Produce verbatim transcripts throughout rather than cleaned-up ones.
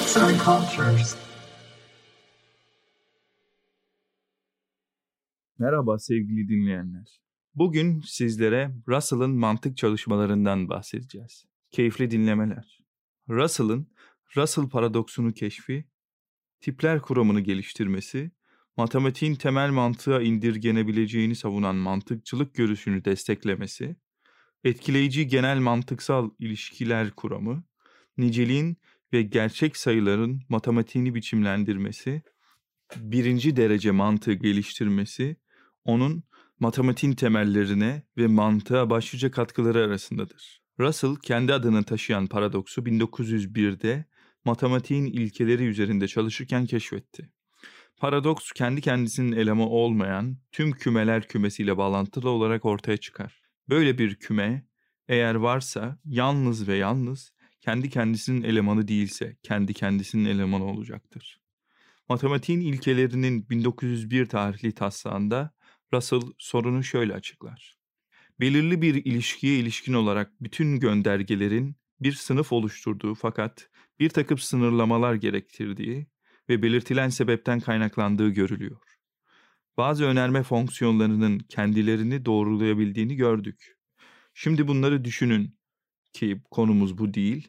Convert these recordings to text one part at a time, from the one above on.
Arts and Cultures. Merhaba sevgili dinleyenler. Bugün sizlere Russell'ın mantık çalışmalarından bahsedeceğiz. Keyifli dinlemeler. Russell'ın Russell paradoksunu keşfi, tipler kuramını geliştirmesi, matematiğin temel mantığa indirgenebileceğini savunan mantıkçılık görüşünü desteklemesi, etkileyici genel mantıksal ilişkiler kuramı, niceliğin ve gerçek sayıların matematiğini biçimlendirmesi, birinci derece mantığı geliştirmesi, onun matematiğin temellerine ve mantığa başlıca katkıları arasındadır. Russell kendi adını taşıyan paradoksu bin dokuz yüz birde matematiğin ilkeleri üzerinde çalışırken keşfetti. Paradoks kendi kendisinin elemanı olmayan tüm kümeler kümesiyle bağlantılı olarak ortaya çıkar. Böyle bir küme eğer varsa yalnız ve yalnız kendi kendisinin elemanı değilse kendi kendisinin elemanı olacaktır. Matematiğin ilkelerinin bin dokuz yüz bir tarihli taslağında Russell sorunu şöyle açıklar. Belirli bir ilişkiye ilişkin olarak bütün göndergelerin bir sınıf oluşturduğu fakat bir takım sınırlamalar gerektirdiği ve belirtilen sebepten kaynaklandığı görülüyor. Bazı önerme fonksiyonlarının kendilerini doğrulayabildiğini gördük. Şimdi bunları düşünün ki konumuz bu değil.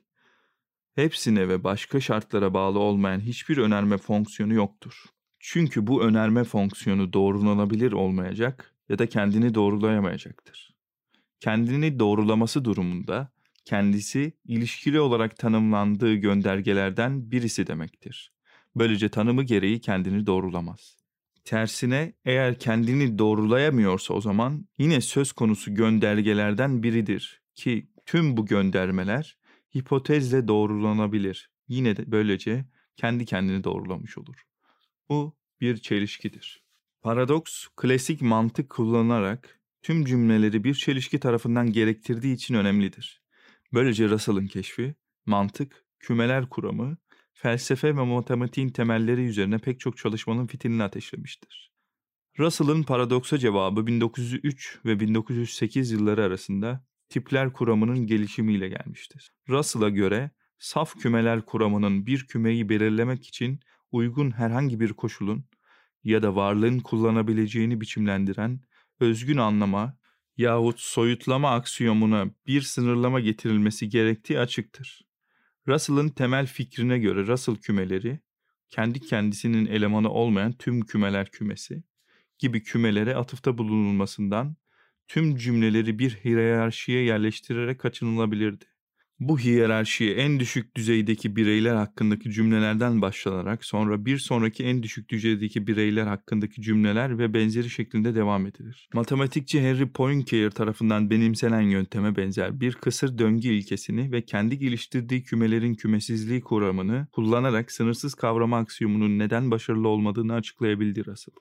Hepsine ve başka şartlara bağlı olmayan hiçbir önerme fonksiyonu yoktur. Çünkü bu önerme fonksiyonu doğrulanabilir olmayacak ya da kendini doğrulayamayacaktır. Kendini doğrulaması durumunda kendisi ilişkili olarak tanımlandığı göndergelerden birisi demektir. Böylece tanımı gereği kendini doğrulamaz. Tersine eğer kendini doğrulayamıyorsa o zaman yine söz konusu göndergelerden biridir ki tüm bu göndermeler hipotezle doğrulanabilir. Yine de böylece kendi kendini doğrulamış olur. Bu bir çelişkidir. Paradoks, klasik mantık kullanarak tüm cümleleri bir çelişki tarafından gerektirdiği için önemlidir. Böylece Russell'ın keşfi, mantık, kümeler kuramı, felsefe ve matematiğin temelleri üzerine pek çok çalışmanın fitilini ateşlemiştir. Russell'ın paradoksa cevabı bin dokuz yüz üç ve bin dokuz yüz sekiz yılları arasında tipler kuramının gelişimiyle gelmiştir. Russell'a göre saf kümeler kuramının bir kümeyi belirlemek için uygun herhangi bir koşulun ya da varlığın kullanabileceğini biçimlendiren özgün anlama yahut soyutlama aksiyomuna bir sınırlama getirilmesi gerektiği açıktır. Russell'ın temel fikrine göre Russell kümeleri, kendi kendisinin elemanı olmayan tüm kümeler kümesi gibi kümelere atıfta bulunulmasından tüm cümleleri bir hiyerarşiye yerleştirerek kaçınılabilirdi. Bu hiyerarşiye en düşük düzeydeki bireyler hakkındaki cümlelerden başlanarak sonra bir sonraki en düşük düzeydeki bireyler hakkındaki cümleler ve benzeri şeklinde devam edilir. Matematikçi Henry Poincare tarafından benimsenen yönteme benzer bir kısır döngü ilkesini ve kendi geliştirdiği kümelerin kümesizliği kuramını kullanarak sınırsız kavrama aksiyomunun neden başarılı olmadığını açıklayabildi Russell.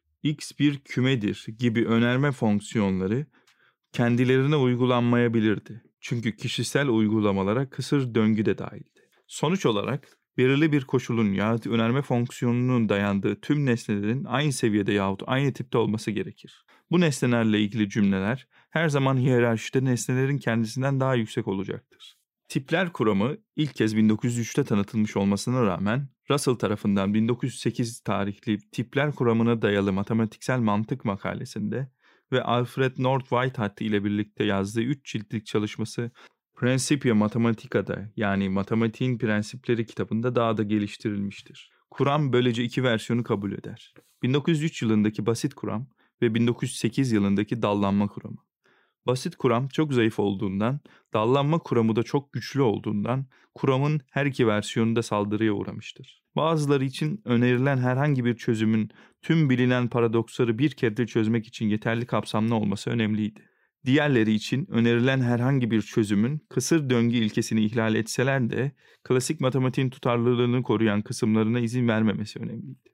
X bir kümedir gibi önerme fonksiyonları kendilerine uygulanmayabilirdi. Çünkü kişisel uygulamalara kısır döngü de dahildi. Sonuç olarak belirli bir koşulun yahut önerme fonksiyonunun dayandığı tüm nesnelerin aynı seviyede yahut aynı tipte olması gerekir. Bu nesnelerle ilgili cümleler her zaman hiyerarşide nesnelerin kendisinden daha yüksek olacaktır. Tipler kuramı ilk kez bin dokuz yüz üçte tanıtılmış olmasına rağmen Russell tarafından bin dokuz yüz sekiz tarihli tipler kuramına dayalı matematiksel mantık makalesinde ve Alfred North Whitehead ile birlikte yazdığı üç ciltlik çalışması Principia Mathematica'da yani Matematiğin Prensipleri kitabında daha da geliştirilmiştir. Kuram böylece iki versiyonu kabul eder. bin dokuz yüz üç yılındaki basit kuram ve bin dokuz yüz sekiz yılındaki dallanma kuramı. Basit kuram çok zayıf olduğundan, dallanma kuramı da çok güçlü olduğundan kuramın her iki versiyonu da saldırıya uğramıştır. Bazıları için önerilen herhangi bir çözümün tüm bilinen paradoksları bir kere çözmek için yeterli kapsamlı olması önemliydi. Diğerleri için önerilen herhangi bir çözümün kısır döngü ilkesini ihlal etseler de klasik matematiğin tutarlılığını koruyan kısımlarına izin vermemesi önemliydi.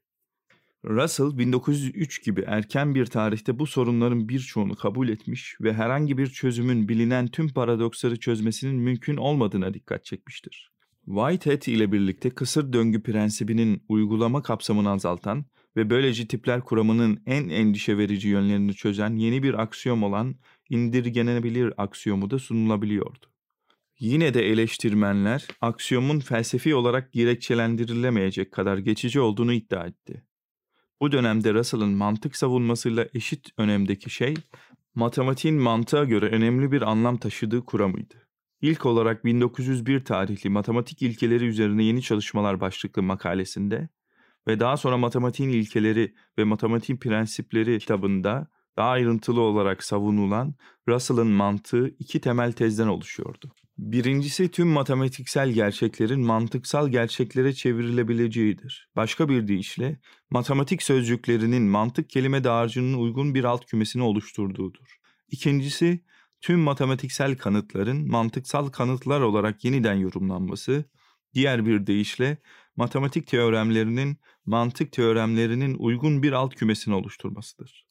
Russell bin dokuz yüz üç gibi erken bir tarihte bu sorunların birçoğunu kabul etmiş ve herhangi bir çözümün bilinen tüm paradoksları çözmesinin mümkün olmadığına dikkat çekmiştir. Whitehead ile birlikte kısır döngü prensibinin uygulama kapsamını azaltan ve böylece tipler kuramının en endişe verici yönlerini çözen yeni bir aksiyom olan indirgenebilir aksiyomu da sunulabiliyordu. Yine de eleştirmenler aksiyomun felsefi olarak gerekçelendirilemeyecek kadar geçici olduğunu iddia etti. Bu dönemde Russell'ın mantık savunmasıyla eşit önemdeki şey, matematiğin mantığa göre önemli bir anlam taşıdığı kuramıydı. İlk olarak bin dokuz yüz bir tarihli Matematik İlkeleri Üzerine Yeni Çalışmalar başlıklı makalesinde ve daha sonra Matematiğin İlkeleri ve Matematiğin Prensipleri kitabında daha ayrıntılı olarak savunulan Russell'ın mantığı iki temel tezden oluşuyordu. Birincisi, tüm matematiksel gerçeklerin mantıksal gerçeklere çevrilebileceğidir. Başka bir deyişle, matematik sözcüklerinin mantık kelime dağarcığının uygun bir alt kümesini oluşturduğudur. İkincisi, tüm matematiksel kanıtların mantıksal kanıtlar olarak yeniden yorumlanması, diğer bir deyişle, matematik teoremlerinin mantık teoremlerinin uygun bir alt kümesini oluşturmasıdır.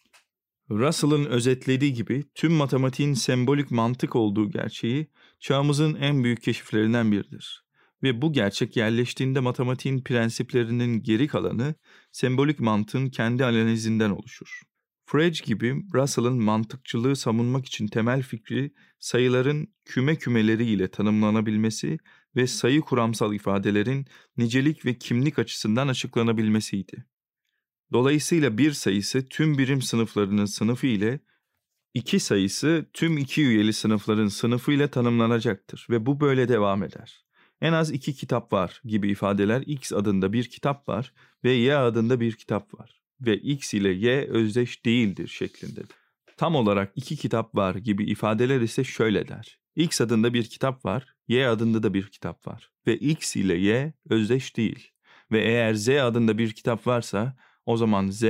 Russell'ın özetlediği gibi tüm matematiğin sembolik mantık olduğu gerçeği çağımızın en büyük keşiflerinden biridir. Ve bu gerçek yerleştiğinde matematiğin prensiplerinin geri kalanı sembolik mantığın kendi analizinden oluşur. Frege gibi Russell'ın mantıkçılığı savunmak için temel fikri sayıların küme kümeleri ile tanımlanabilmesi ve sayı kuramsal ifadelerin nicelik ve kimlik açısından açıklanabilmesiydi. Dolayısıyla bir sayısı tüm birim sınıflarının sınıfı ile iki sayısı tüm iki üyeli sınıfların sınıfı ile tanımlanacaktır ve bu böyle devam eder. En az iki kitap var gibi ifadeler X adında bir kitap var ve Y adında bir kitap var ve X ile Y özdeş değildir şeklindedir. Tam olarak iki kitap var gibi ifadeler ise şöyle der. X adında bir kitap var, Y adında da bir kitap var ve X ile Y özdeş değil ve eğer Z adında bir kitap varsa o zaman Z,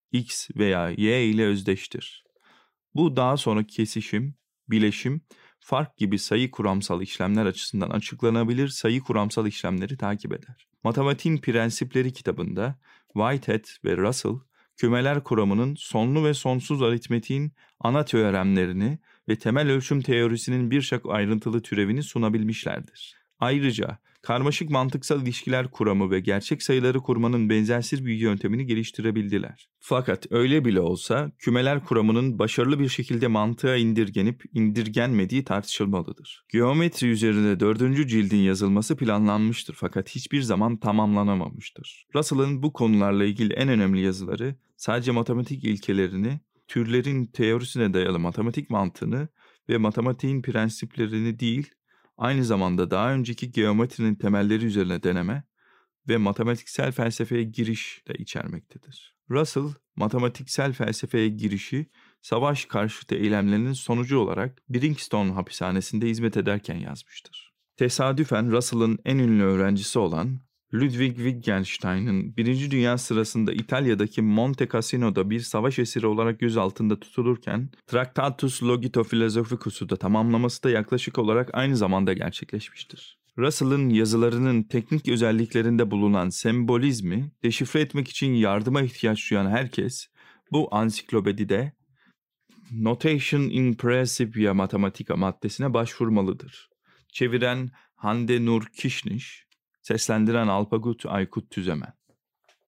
X veya Y ile özdeştir. Bu daha sonra kesişim, bileşim, fark gibi sayı kuramsal işlemler açısından açıklanabilir sayı kuramsal işlemleri takip eder. Matematiğin Prensipleri kitabında Whitehead ve Russell, kümeler kuramının sonlu ve sonsuz aritmetiğin ana teoremlerini ve temel ölçüm teorisinin birçok ayrıntılı türevini sunabilmişlerdir. Ayrıca karmaşık mantıksal ilişkiler kuramı ve gerçek sayıları kurmanın benzersiz bir yöntemini geliştirebildiler. Fakat öyle bile olsa kümeler kuramının başarılı bir şekilde mantığa indirgenip indirgenmediği tartışılmalıdır. Geometri üzerine dördüncü cildin yazılması planlanmıştır fakat hiçbir zaman tamamlanamamıştır. Russell'ın bu konularla ilgili en önemli yazıları sadece matematik ilkelerini, türlerin teorisine dayalı matematik mantığını ve matematiğin prensiplerini değil, aynı zamanda daha önceki geometrinin temelleri üzerine deneme ve matematiksel felsefeye giriş de içermektedir. Russell, matematiksel felsefeye girişi, savaş karşıtı eylemlerinin sonucu olarak Brixton hapishanesinde hizmet ederken yazmıştır. Tesadüfen Russell'ın en ünlü öğrencisi olan Ludwig Wittgenstein'ın Birinci Dünya sırasında İtalya'daki Monte Cassino'da bir savaş esiri olarak gözaltında tutulurken Tractatus Logito Philosophicus'u da tamamlaması da yaklaşık olarak aynı zamanda gerçekleşmiştir. Russell'ın yazılarının teknik özelliklerinde bulunan sembolizmi deşifre etmek için yardıma ihtiyaç duyan herkes bu ansiklopedide Notation in Principia Mathematica maddesine başvurmalıdır. Çeviren Hande Nur Kişniş, seslendiren Alpagut Aykut Tüzemen.